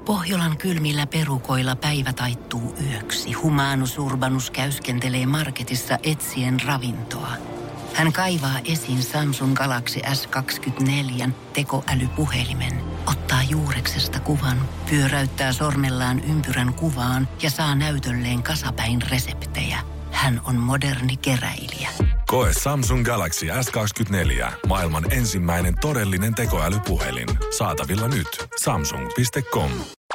Pohjolan kylmillä perukoilla päivä taittuu yöksi. Humanus Urbanus käyskentelee marketissa etsien ravintoa. Hän kaivaa esiin Samsung Galaxy S24 tekoälypuhelimen, ottaa juureksesta kuvan, pyöräyttää sormellaan ympyrän kuvaan ja saa näytölleen kasapäin reseptejä. Hän on moderni keräilijä. Koe Samsung Galaxy S24. Maailman ensimmäinen todellinen tekoälypuhelin. Saatavilla nyt. Samsung.com.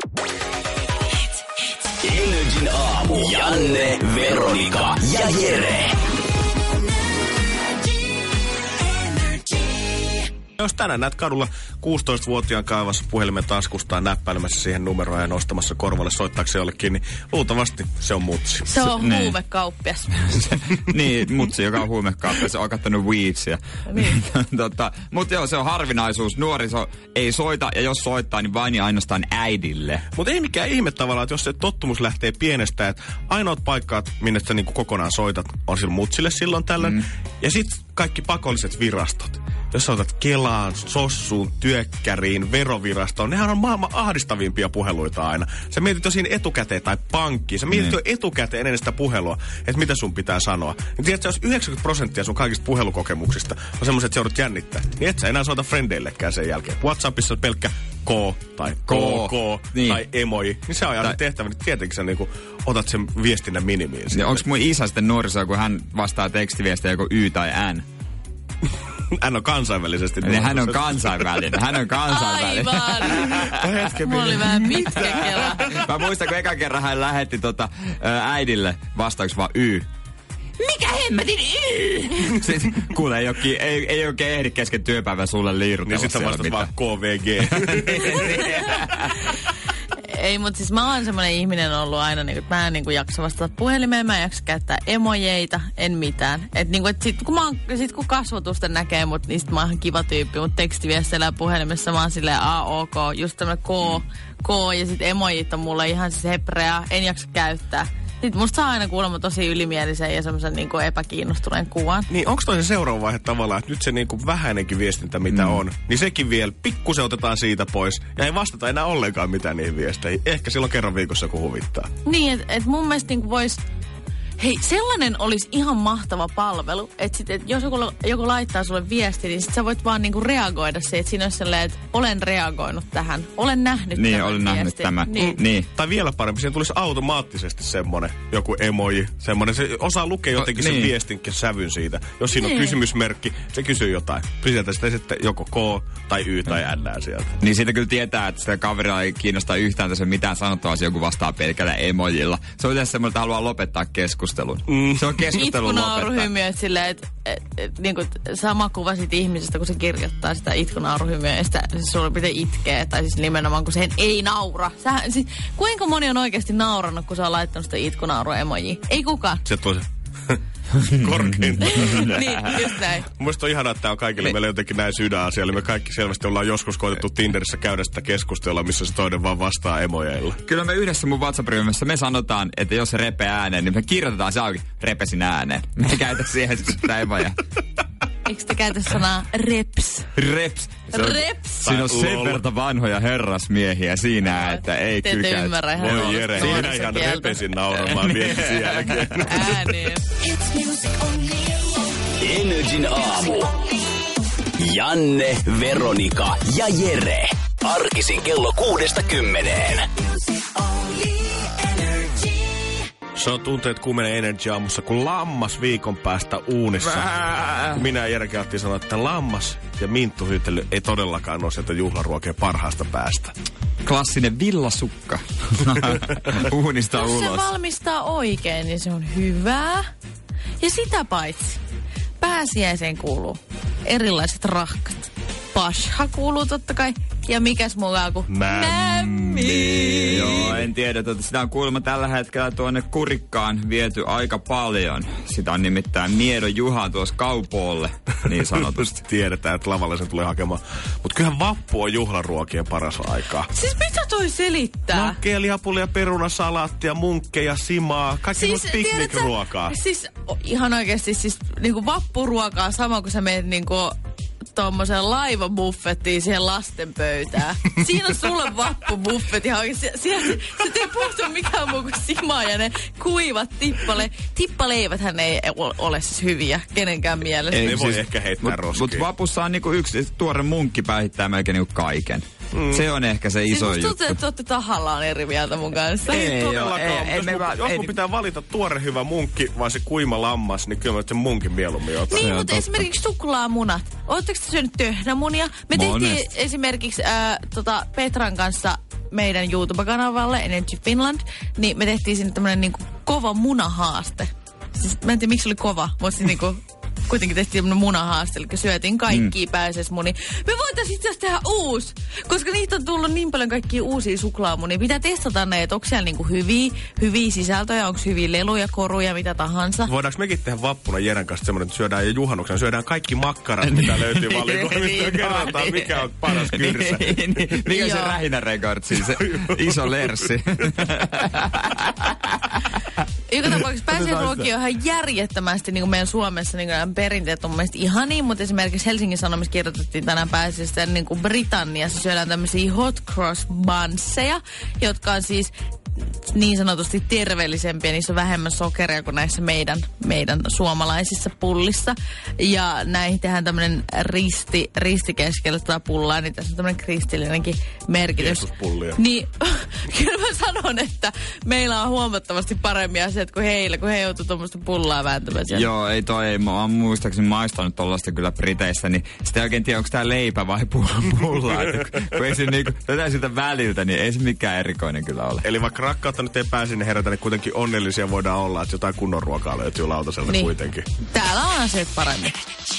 Energin aamu. Janne, Veronika ja Jere. Jos tänään näet kadulla 16-vuotiaan kaivassa puhelimen taskustaan näppäilemässä siihen numeroon ja nostamassa korvalle soittaakseen jollekin, niin luultavasti se on mutsi. Se on huumekauppias. Niin, mutsi, joka on huumekauppias, on kattanut weedsia. Niin. Mutta joo, se on harvinaisuus. Nuoriso ei soita, ja jos soittaa, niin vain ja ainoastaan äidille. Mutta ei mikään ihme tavallaan, että jos se tottumus lähtee pienestä, että ainoat paikkaat, minne sä niinku kokonaan soitat, on sillä mutsille silloin tällöin. Ja sitten kaikki pakolliset virastot. Jos soitat Kelaan, Sossuun, Työkkäriin, Verovirastoon, nehän on maailman ahdistavimpia puheluita aina. Sä mietit jo siinä etukäteen tai pankkiin. Sä mietit jo etukäteen ennen sitä puhelua, että mitä sun pitää sanoa. Niin tiedätkö, jos 90% sun kaikista puhelukokemuksista on semmoiset, että sä joudut jännittää, niin et sä enää soita frendeillekään sen jälkeen. WhatsAppissa on pelkkä K tai KK niin. Tai emoji. Niin se on aina tehtävä, niin tietenkin sä niinku otat sen viestinnän minimiin. Niin onks mun isä sitten nuorisoa, kun hän vastaa tekstiviestiä joko Y tai N? Hän on kansainvälisesti. Niin, hän on kansainvälinen. Aivan. Mulla oli vähän pitkä kela. Mä muistan, kun ekan kerran hän lähetti äidille vastauksessa vaan Y. Mikä hemmetin Y? Sitten, kuule, ei oikein ehdi kesken työpäivän sulle liirutella. Niin sit sä vastat vaan KVG. Ei, mutta siis mä oon semmoinen ihminen ollut aina, niin että mä en niin jaksa vastata puhelimeen, mä en jaksa käyttää emojeita, en mitään. Että niin et sit kun kasvotusten näkee mut, niin sit mä oon ihan kiva tyyppi, mutta tekstiviestillä ja puhelimessa mä oon silleen OK, just tämmönen K ja sit emojit on mulle ihan siis hebrea, en jaksa käyttää. Sitten musta saa aina kuulemma tosi ylimielisen ja semmoisen niinku epäkiinnostuneen kuvan. Niin onko toi se seuraava vaihe tavallaan, että nyt se niinku vähäinenkin viestintä mitä on, niin sekin vielä pikkusen otetaan siitä pois ja ei vastata enää ollenkaan mitään niihin viesteihin. Ehkä silloin kerran viikossa joku huvittaa. Niin, että et mun mielestä niinku vois... Hei, sellainen olisi ihan mahtava palvelu, että jos joku laittaa sulle viesti, niin sit sä voit vaan niinku reagoida siihen, että siinä olisi sellainen, että olen reagoinut tähän, olen nähnyt niin, tämän olen viestin. Nähnyt tämän. Niin. Tai vielä parempi, siinä tulisi automaattisesti semmoinen, joku emoji, semmoinen, se osaa lukea jotenkin sen viestinkin sävyn siitä. Jos siinä on kysymysmerkki, se kysyy jotain. Sieltä sitten joko K tai Y tai N sieltä. Niin siitä kyllä tietää, että sitä kaveria ei kiinnosta yhtään tässä mitään sanottavaa, joku vastaa pelkällä emojilla. Se on yleensä semmoinen, että haluaa lopettaa keskustelun. Se on keskustelun lopettaa. Itkunauruhymiö, että silleen, että niinku, sama kuva siitä ihmisestä, kun se kirjoittaa sitä itkunauruhymiöä, ja sitä se sulla pitää itkeä, tai siis nimenomaan, kun se ei naura. Siis, kuinka moni on oikeasti naurannut, kun se on laittanut sitä itkunauruemojia? Ei kukaan. Se tulee korkeinta. Niin, just näin. Musta on ihanaa, että tää on kaikille meillä jotenkin näin sydänasia. Eli me kaikki selvästi ollaan joskus koetettu Tinderissä käydä sitä keskustelua, missä se toinen vaan vastaa emojeilla. Kyllä me yhdessä mun WhatsApp-ryhmässä me sanotaan, että jos se repee ääneen, niin me kirjoitetaan se auki, repesin ääneen. Me ei käytä siihen sitä emoja. Eikö te käytä sanaa reps? Reps. Siinä on sen verta vanhoja herrasmiehiä siinä, että ei kyllä käytä. Te ymmärrä ihan Voi Jere, siinä ihan repesin nauramaan viestin jälkeen. Ääneen. Energin aamu. Janne, Veronika ja Jere. Arkisin kello 6-10. Se on tunteet kuumenen Energy aamussa, kun lammas viikon päästä uunissa. Minä ja Jere käytiin sanoa, että lammas ja minttuhyytely ei todellakaan ole sieltä juhlaruokien parhaasta päästä. Klassinen villasukka. Uunista ulos. Jos se valmistaa oikein, niin se on hyvää. Ja sitä paitsi pääsiäiseen kuuluu erilaiset rahkat. Pasha kuuluu totta kai. Ja mikäs mukaan kuin mämmi. Joo, en tiedä. Sitä on kuulemma tällä hetkellä tuonne Kurikkaan viety aika paljon. Sitä on nimittäin Miedo Juha tuossa Kaupoolle, niin sanotusti. Tiedetään, että lavalle sen tulee hakemaan. Mutta kyllähän vappu on juhlaruokien paras aikaa. Siis mitä toi selittää? Nakkea, lihapulia, perunasalaattia, munkkeja, simaa. Kaikki siis, piknikruokaa. Siis ihan oikeasti siis niinku vappuruokaa sama kuin sä meet niinku tommoseen laivabuffettiin siihen lasten pöytään. Siinä on sulle vappubuffet ihan oikein. Sieltä ei puhtu mikään muu kuin simaa ja ne kuivat tippaleiväthän ei ole siis hyviä kenenkään mielestä. Ei voi ehkä heittää roskiin. Mutta vapussa on niinku yksi tuore munkki päihittää melkein niinku kaiken. Se on ehkä se iso juttu. Siis musta te tahallaan eri mieltä mun kanssa. Ei todellakaan. Jos mun pitää valita tuore hyvä munkki vai se kuima lammas, niin kyllä mä sen munkin mieluummin otan. Niin, mutta esimerkiksi suklaamunat. Ootteko te syönyt töhnämunia? Me tehtiin esimerkiksi Petran kanssa meidän YouTube-kanavalle Energy Finland, niin me tehtiin sinne tämmönen niinku kova munahaaste. Siis mä en tiedä, miksi se oli kova, mutta siis niinku kuitenkin tehtiin tämmönen munahaaste, eli syötiin kaikkia pääsesmunia. Me voitaisiin itse asiassa tehdä uusi, koska niitä on tullut niin paljon kaikkia uusia suklaamunia. Pitää testata ne, että onko siellä niinku hyviä sisältöjä, onko hyviä leluja, koruja, mitä tahansa. Voidaanko mekin tehdä vappuna Jeren kanssa semmoinen, että syödään ja juhannuksen syödään kaikki makkarat, mitä löytyy valikoimista ja kerrotaan, mikä on paras kyrsä. Mikä se rähinärekordsi, se iso lerssi. Joka tapauksessa pääsiäisruokia on ihan järjettömästi niin kuin meidän Suomessa niin kuin perinteet on mun mielestä ihania, mutta esimerkiksi Helsingin Sanomissa kirjoitettiin tänään pääsiäistä niin kuin Britanniassa syödään tämmöisiä hot cross bunsseja, jotka on siis niin sanotusti terveellisempiä, niissä on vähemmän sokeria kuin näissä meidän suomalaisissa pullissa. Ja näihin tehdään tämmöinen risti keskellä tätä pullaa, niin tässä on tämmöinen kristillinenkin merkitys. Jeesuspullia. Niin, kyllä mä sanon, että meillä on huomattavasti paremmia asiat kuin heillä, kun he joutuu tuommoista pullaa vääntämään siellä. Joo, mä oon muistaakseni maistanut tollaista kyllä Briteissä, niin sitä ei oikein tiedä, onko tää leipä vai pullaa. Kun ei se niinku, tätä siltä väliltä, niin ei se mikään erikoinen kyllä ole. Eli vaikka rakkautta nyt ei pääse ne herätä, niin kuitenkin onnellisia voidaan olla, että jotain kunnon ruokaa löytyy lautaselta niin kuitenkin. Täällä on asiat paremmin.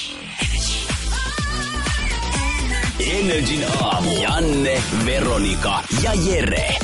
Energin aamu. Janne, Veronika ja Jere.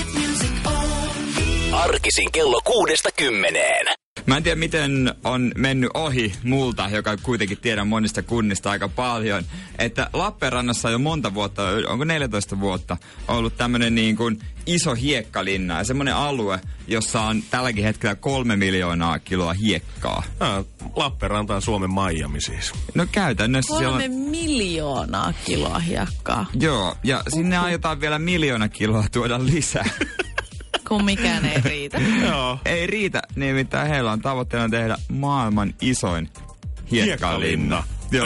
Arkisin kello 6-10. Mä en tiedä, miten on mennyt ohi multa, joka kuitenkin tiedän monista kunnista aika paljon, että Lappeenrannassa on jo monta vuotta, onko 14 vuotta, ollut tämmönen niin kuin iso hiekkalinna ja semmoinen alue, jossa on tälläkin hetkellä 3 miljoonaa kiloa hiekkaa. Lappeenranta on Suomen Miami siis. No käytännössä 3 miljoonaa kiloa hiekkaa. Joo, ja sinne aiotaan vielä 1 miljoona kiloa tuoda lisää. Kun mikään ei riitä. Joo. Ei riitä, nimittäin heillä on tavoitteena tehdä maailman isoin hiekkalinna. Joo.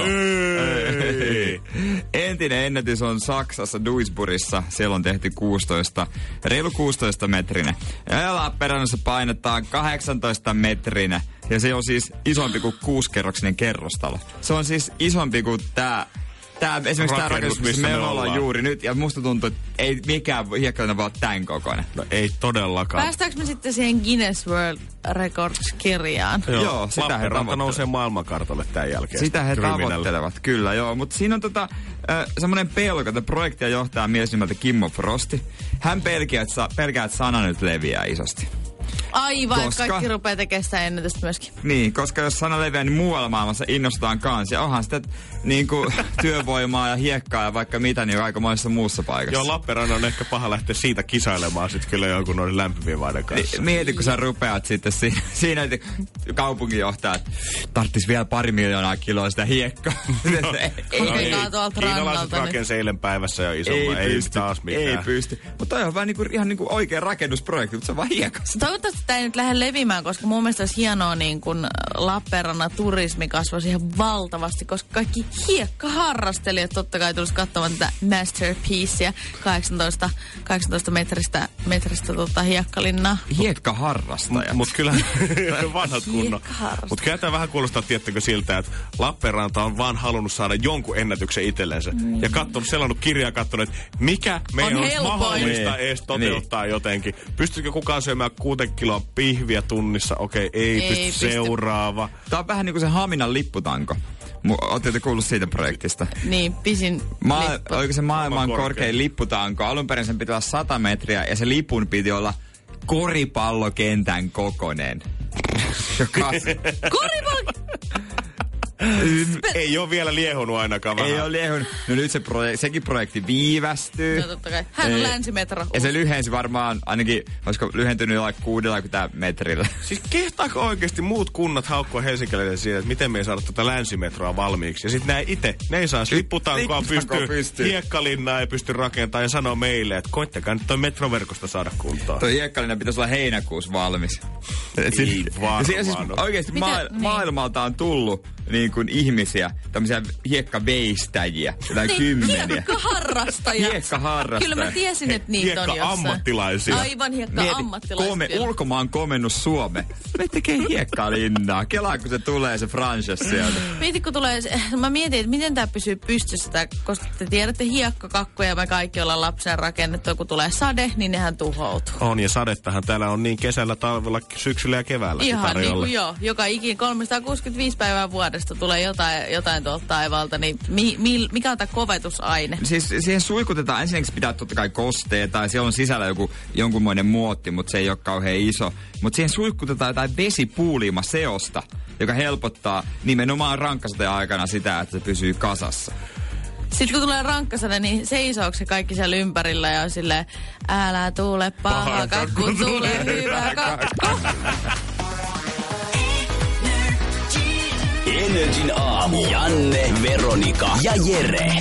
Ei. Entinen ennätys on Saksassa Duisburgissa. Siellä on tehty reilu 16 metrinen. Ja Lappeenrannassa painetaan 18 metrinen. Ja se on siis isompi kuin 6-kerroksinen kerrostalo. Se on siis isompi kuin esimerkiksi tämä rakennus, missä me ollaan juuri nyt. Ja musta tuntuu, että ei mikään hiekkalinna vaan tämän kokoinen. No ei todellakaan. Päästäänkö me sitten siihen Guinness World Records-kirjaan? Joo, sitä he Lappeenranta nousee maailmankartalle tämän jälkeen. Sitä he tavoittelevat, kyllä joo. Mutta siinä on semmoinen pelko, että projektia johtaa mies nimeltä Kimmo Frosti. Hän pelkää, että sana nyt leviää isosti. Aivan, kaikki rupeaa tekemään sitä ennätystä myöskin. Niin, koska jos sana leviää, niin muualla maailmassa innostutaan kanssa. Ja onhan sitä niinku työvoimaa ja hiekkaa ja vaikka mitä, niin aika monessa muussa paikassa. Joo, Lappeenrannan on ehkä paha lähteä siitä kisailemaan sit kyllä jonkun noiden lämpimien maiden kanssa. Mieti, kun sä rupeat sitten siinä että kaupunginjohtaja, että tarvitsisi vielä 2 miljoonaa kiloa sitä hiekkaa. Hakekaa tuolta rannalta. Kiinalaiset rakensi eilen päivässä jo isomman, ei taas mitään. Ei pysty. Mutta toi on vaan ihan niinku oikea rakennusprojekti, mutta se on vaan hiekasta. Toivottavasti tämä ei nyt lähde levimään, koska mun mielestä olisi hienoa niin kun Lappeenrannan turismi kasvaisi ihan valtavasti, koska kaikki hiekkaharrastelijat totta kai tulisi katsomaan tätä masterpiecea 18 metristä hiekkalinnaa. Hiekkaharrastajat. Mutta kyllä vanhat kunnon. Mutta kyllä tämä vähän kuulostaa, tiettäkö siltä, että Lappeenranta on vaan halunnut saada jonkun ennätyksen itsellensä. Ja selannut kirjaa, katsonut, että mikä meidän on mahdollista edes toteuttaa jotenkin. Pystyykö kukaan syömään 6 kiloa pihviä tunnissa? Okei, ei pysty. Seuraava. Tää on vähän niin kuin se Haminan lipputanko. Ootte kuullut siitä projektista? Niin, pisin lippu. Oliko se maailman korkein lipputanko? Alun perin sen piti olla 100 metriä ja se lipun piti olla koripallokentän kokoinen. Ei ole vielä liehunut ainakaan vähän. Ei ole liehunut. No nyt sekin projekti viivästyy. No totta kai. Hän on länsimetro. Ja se lyhensi varmaan ainakin, olisiko lyhentynyt jollain 60 metrillä. Siis kehtaako oikeasti muut kunnat haukkua helsinkiläisiä siitä, että miten me ei saada tätä länsimetroa valmiiksi. Ja sitten nää itse, ne ei saa lipputankoa pystyy, Hiekkalinnaa ei pysty rakentamaan ja sanoo meille, että koittakaa nyt toi metroverkosta saada kuntoon. Toi Hiekkalinna pitäisi olla heinäkuussa valmis. Ei varmaan siis oikeasti maailmalta on tullut niin kuin ihmisiä, tämmöisiä hiekkaveistäjiä, jotain kymmeniä. Hiekkaharrastajat. Hiekkaharrastajat. Kyllä mä tiesin, että niitä on jossain. Hiekka-ammattilaisia. Aivan hiekka-ammattilaisia. Ulkomaan komennus Suome. Me tekee Hiekkalinnaa. Kelaa, kun se tulee se franchise sieltä. Mieti, kun tulee, mä mietin, että miten tää pysyy pystyssä, koska te tiedätte hiekkakakkuja, me kaikki ollaan lapsen rakennettu, kun tulee sade, niin nehän tuhoutuu. On, ja sadettahan täällä on niin kesällä, talvella, syksyllä ja keväällä. Ihan niin kuin joo. Joka ikin 365 päivää vuodesta tulee jotain tuolta taivaalta, niin mikä on tämä kovetusaine? Siis siihen suikutetaan, ensinnäkin pitää totta kai kostea, tai siellä on sisällä jonkunmoinen muotti, mutta se ei ole kauhean iso. Mutta siihen suikutetaan jotain vesipuulimaseosta, joka helpottaa nimenomaan rankkasateen aikana sitä, että se pysyy kasassa. Sitten kun tulee rankkasade, niin seisooko se kaikki siellä ympärillä ja on silleen, älä tule paha kakku, tule hyvä kakku. Energin aamu. Janne, Veronika ja Jere.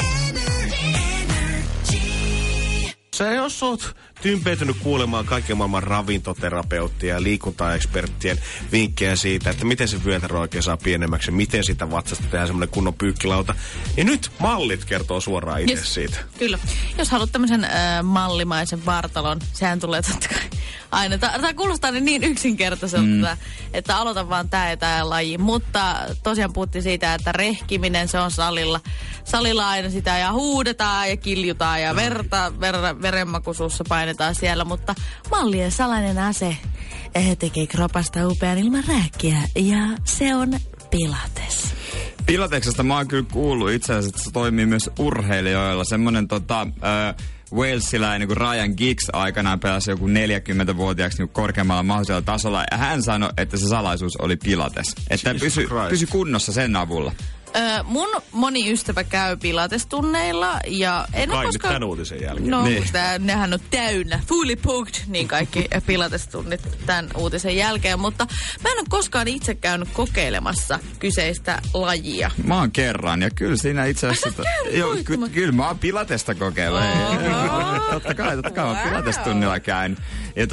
Sä jos oot tympeytynyt kuulemaan kaiken maailman ravintoterapeuttia ja liikuntaeksperttien vinkkejä siitä, että miten se vyötärö oikein saa pienemmäksi, miten sitä vatsasta tehdään semmoinen kunnon pyykkilauta, niin nyt mallit kertoo suoraan itse siitä. Kyllä. Jos haluat tämmöisen mallimaisen vartalon, sehän tulee totta kai aina. Tämä kuulostaa niin yksinkertaiselta, että aloita vaan tää ja tää laji. Mutta tosiaan puhuttiin siitä, että rehkiminen, se on salilla aina sitä ja huudetaan ja kiljutaan ja verenmakuisuussa painetaan siellä. Mutta mallien salainen ase tekee kropasta upean ilman rääkkiä ja se on Pilates. Pilateksesta mä oon kyllä kuullut itse asiassa, että se toimii myös urheilijoilla. Semmonen walesiläinen kuin Ryan Giggs aikanaan pelasi joku 40-vuotiaaksi niin korkeammalla mahdollisella tasolla. Ja hän sanoi, että se salaisuus oli Pilates. Että pysy kunnossa sen avulla. Mun moni ystävä käy pilatestunneilla ja en ole koskaan... tämän uutisen jälkeen. No, niin. Nehän on täynnä, fully booked, niin kaikki pilatestunnit tämän uutisen jälkeen. Mutta mä en ole koskaan itse käynyt kokeilemassa kyseistä lajia. Mä oon kerran ja kyllä siinä itse asiassa... Kyllä mä oon pilatesta kokeillut. Totta kai mä oon pilatestunnilla käynyt. Ja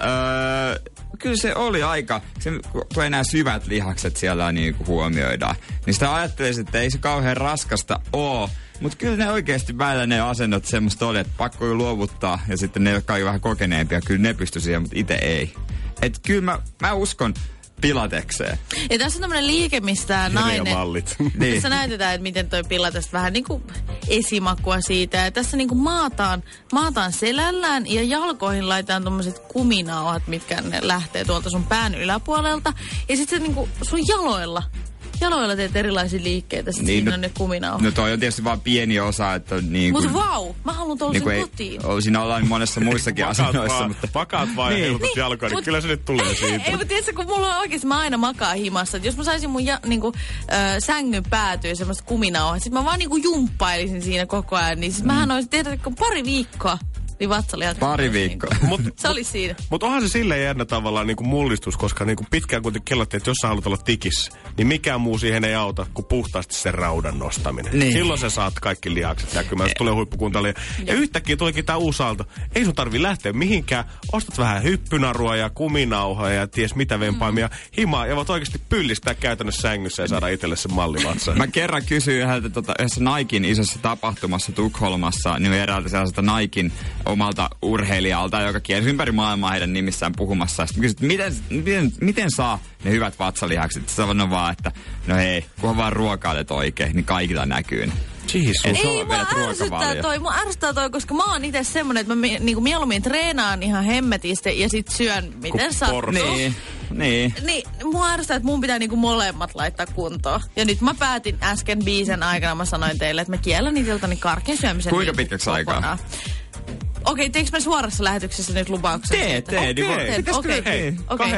kyllä se oli aika, kun enää syvät lihakset siellä niinku huomioidaan, niin sitä ajattelisin, että ei se kauhean raskasta oo. Mutta kyllä ne oikeasti välillä ne asennot semmoista oli, että pakko jo luovuttaa ja sitten ne, jotka oli vähän kokeneempia, kyllä ne pystyi siihen, mutta itse ei. Että kyllä mä uskon Pilatekseen. Ja tässä on tämmöinen liike, mistä nainen... Niin. Tässä näytetään, että miten toi Pilates vähän niinku esimakua siitä. Ja tässä niinku maataan selällään ja jalkoihin laitetaan tommoset kuminauhat, mitkä ne lähtee tuolta sun pään yläpuolelta. Ja sitten se niinku sun jaloilla teet erilaisia liikkeitä, sit siinä on ne kuminauhat. No toi on tietysti vaan pieni osa, että niin kuin... Mutta vau, mä haluan tollasen kotiin. Siinä ollaan monessa muissakin asennoissa, mutta... Pakaat vaan ja heilutut jalkoja, niin kyllä se nyt tulee siitä. Ei, mutta tiedätkö, kun mulla on oikeesti, mä aina makaan himassa, että jos mä saisin mun sängyn päätyä semmoista kuminauhaa, sit mä vaan niinku jumppailisin siinä koko ajan, niin sit mähän olisin tehdä pari viikkoa. Niin vatsalihat. Pari viikkoa. Se oli siinä. Mutta onhan se silleen jännä tavallaan niinku mullistus, koska niinku pitkään kuitenkin kellottiin, että jos sä haluat olla tikissä, niin mikään muu siihen ei auta kuin puhtaasti sen raudan nostaminen. Niin. Silloin sä saat kaikki lihakset näkymään, jos tulee huippukuntalia. Ja yhtäkkiä tulikin tää uusi aalto. Ei sun tarvi lähteä mihinkään. Ostat vähän hyppynarua ja kuminauhaa ja ties mitä vempaimia himaa. Ja voit oikeasti pyllistää käytännössä sängyssä ja saada itselle sen mallivatsan. Mä kerran kysyin yhdessä Naikin isossa tapahtumassa Tukholmassa, niin eräältä sellaiselta Naikin omalta urheilijalta, joka kiersi ympäri maailmaa heidän nimissään puhumassa. Sitten kysyt, miten saa ne hyvät vatsalihakset? Se sanoo vaan, että no hei, kunhan vaan ruokailet oikein, niin kaikilla näkyy ne. Ei, mua ärsyttää toi, koska mä oon itse semmonen, että mä niinku mieluummin treenaan ihan hemmetisti ja sit syön miten sattuu. Niin. Niin, mua ärsyttää, että mun pitää niinku molemmat laittaa kuntoon. Ja nyt mä päätin äsken biisen aikana, mä sanoin teille, että mä kiellän itseltäni karkin syömisen. Kuinka pitkäksi aikaa? Okei, teekö mä suorassa lähetyksessä nyt lupauksen? Tee. Okei. Hei,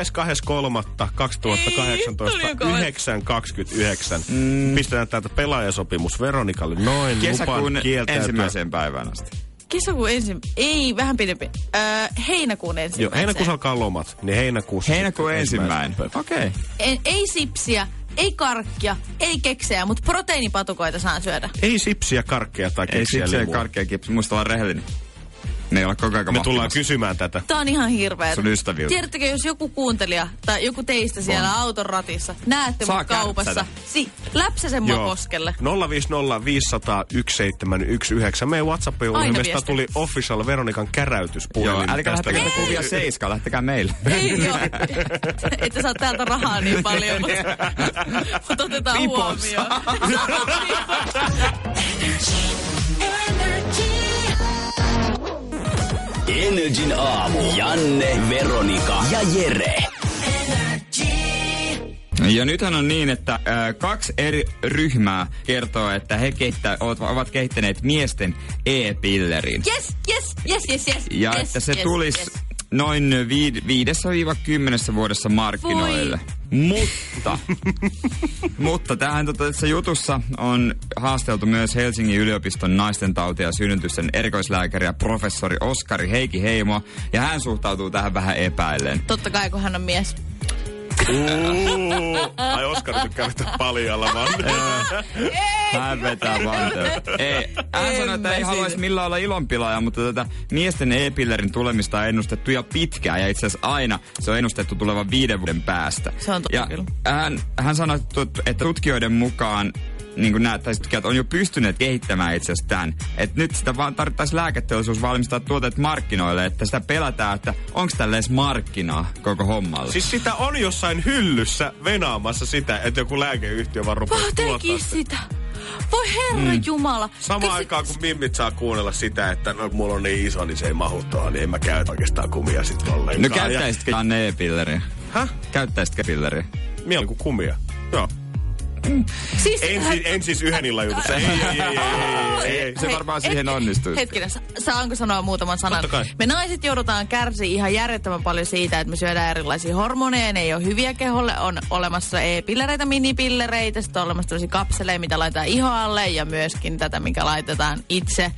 2.3.2019 9.29. Pistetään täältä pelaajasopimus Veronikalle noin. Kesäkuun 1. päivään asti. Kesäkuun ei, vähän pidempi. Heinäkuun 1. Joo, heinäkuussa alkaa lomat, niin heinäkuussa. Heinäkuun 1. Okei. Ei sipsiä, ei karkkia, ei keksejä, mutta proteiinipatukoita saan syödä. Ei sipsiä, karkkeja tai keksiä. Ei sipsiä, karkkeja, muista olla rehellinen. Ne ei ole koko ajan Me tullaan kysymään tätä. Tää on ihan hirveä. Sun ystäviltä. Tiedättekö, jos joku kuuntelija tai joku teistä siellä auton ratissa, näette mut kaupassa, läpsäsen mua poskelle. 050 500 1719. Meidän WhatsApp-puhelimesta tuli official Veronikan käräytyspuhelin. Joo, älkää lähtekää kuvia Seiskaan, lähtekää meille. Ei joo. Ette saa täältä rahaa niin paljon, mutta otetaan huomioon. Energin aamu. Janne, Veronika ja Jere. Ja nythän on niin, että 2 eri ryhmää kertoo, että he ovat kehittäneet miesten e-pillerin. Yes. Ja että se tulisi noin 5-10 vuodessa markkinoille. Mutta tähän tässä jutussa on haasteltu myös Helsingin yliopiston naistentauti- ja synnytysten erikoislääkäriä professori Oskari Heikki Heimoa, ja hän suhtautuu tähän vähän epäillen. Totta kai, kun hän on mies. Ai Oskari tykkää vetää paljalla vaan. Hän vetää vanteet. Hän sanoi, että ei haluaisi millään olla ilonpilaaja, mutta tätä miesten e-pillerin tulemista on ennustettu jo pitkään, ja itse asiassa aina se on ennustettu tulevan 5 vuoden päästä. Se on totta kyllä. Hän sanoi, että tutkijoiden mukaan niin kuin näyttäisi, tutkijat on jo pystyneet kehittämään itse asiassa tämän. Että nyt sitä vaan tarvittaisi lääketeollisuus valmistaa tuotteet markkinoille, että sitä pelätään, että onko tällä edes markkinaa koko hommalle. Siis sitä on jossain hyllyssä venaamassa sitä, että joku lääkeyhtiö vaan rupeaa tuottaa sitä. Voi herra jumala. Samaan aikaan kun mimmit saa kuunnella sitä, että no, mulla on niin iso, niin se ei mahu tuohon, niin en mä käytä oikeastaan kumia sit ollenkaan. No käyttäisitkö e-pilleriä? Häh? Käyttäisitkö pilleriä? Mieluummin kuin kumia. Joo. Siis, en siis yhden illan jutussa. Ei. Se varmaan siihen onnistuisi. Hetkinen, saanko sanoa muutaman sanan? Me naiset joudutaan kärsiä ihan järjettömän paljon siitä, että me syödään erilaisia hormoneja, ne ei ole hyviä keholle. On olemassa e-pillereitä, minipillereitä, sitten on olemassa tällaisia kapseleja, mitä laitetaan ihoalle, ja myöskin tätä, mikä laitetaan itse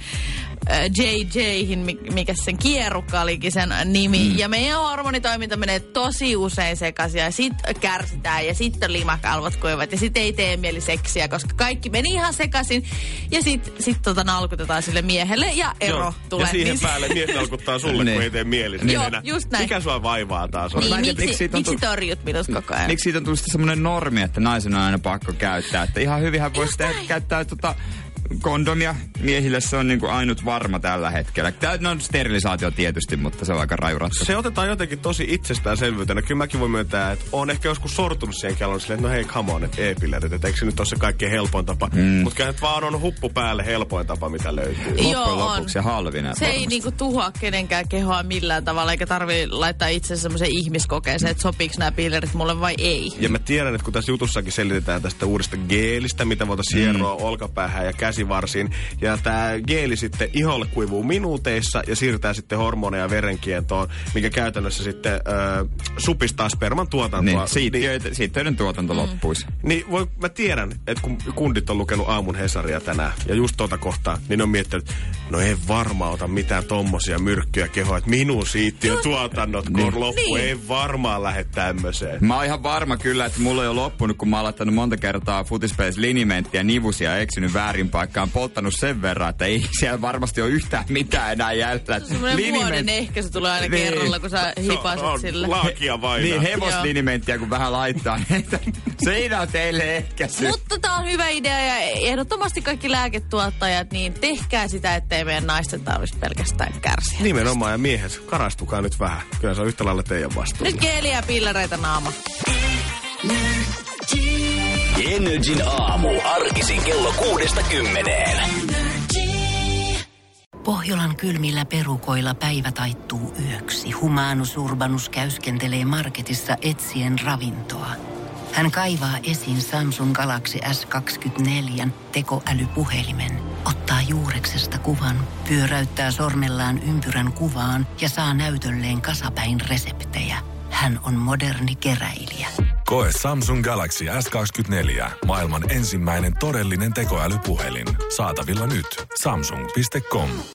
JJ:hin, mikä sen kierrukka olikin sen nimi. Ja meidän hormonitoiminta menee tosi usein sekaisin, ja sitten kärsitään, ja sitten limakalvot kuivat, ja sitten ei tee mieli seksiä, koska kaikki meni ihan sekaisin. Ja sitten nalkutetaan sille miehelle, ja ero tulee. Ja siihen päälle mies nalkuttaa sulle, kun ei tee mieli. Joo, just näin. Mikä sua vaivaa taas? Niin, miksi torjut minut koko ajan? Miksi siitä on tullut semmoinen normi, että naisen on aina pakko käyttää? Että ihan hyvinhän voisi käyttää kondomia. Miehille se on niinku ainut varma tällä hetkellä. Tämä on sterilisaatio tietysti, mutta se on aika rajurattu. Se otetaan jotenkin tosi itsestäänselvyytenä. Kyllä mäkin voin myöntää, että on ehkä joskus sortunut siihen kelloon silleen, että no hei, come on, että e-pillerit, että eikö se nyt ole se kaikkein helpoin tapa. Mutta kyllä nyt vaan on huppu päälle helpoin tapa, mitä löytyy. Loppujen lopuksi ja halvina. Se ei niinku tuhoa kenenkään kehoa millään tavalla, eikä tarvii laittaa itse semmoisen ihmiskokeeseen, että sopiiko nämä pillerit mulle vai ei. Ja mä tiedän, että kun tässä jutussakin selitetään tästä uudesta geelistä, mitä voitaisiin hieroa olkapäähän ja käsivarsiin. Ja tää geeli sitten iholle kuivuu minuuteissa ja siirtää sitten hormoneja verenkientoon, mikä käytännössä sitten supistaa sperman tuotantoa. Niin, siittiöiden tuotanto loppuisi. Niin mä tiedän, että kun kundit on lukenut aamun Hesaria tänään ja just kohtaa, niin ne on miettinyt, no ei varmaan ota mitään tommosia myrkkyjä kehoa, että minun siittiön tuotannot kun loppu, ei varmaan lähde tämmöiseen. Mä oon ihan varma kyllä, että mulla ei ole loppunut, kun mä oon laittanut monta kertaa Footispace linimenttiä nivusia ja eksynyt väärin paikkaan, polttanut sen verran, että ei siellä varmasti ole yhtään mitään enää jäljellä. Semmoinen vuoden ehkä se tulee aina kerralla, kun sä hipaset sille. Laakia vainaa. Niin, hevoslinimenttiä kun vähän laittaa. Se on teille ehkäisy. Mutta tää on hyvä idea ja ehdottomasti kaikki lääketuottajat, niin tehkää sitä, ettei meidän naisten tarvitsisi pelkästään kärsiä. Nimenomaan, ja miehet, karastukaa nyt vähän. Kyllä se on yhtä lailla teidän vastuulla. Nyt geeliä ja pillereitä naama. Energin aamu. Arkisin kello 6-10. Pohjolan kylmillä perukoilla päivä taittuu yöksi. Humanus Urbanus käyskentelee marketissa etsien ravintoa. Hän kaivaa esiin Samsung Galaxy S24 tekoälypuhelimen, ottaa juureksesta kuvan, pyöräyttää sormellaan ympyrän kuvaan ja saa näytölleen kasapäin reseptejä. Hän on moderni keräilijä. Koe Samsung Galaxy S24. Maailman ensimmäinen todellinen tekoälypuhelin. Saatavilla nyt. Samsung.com.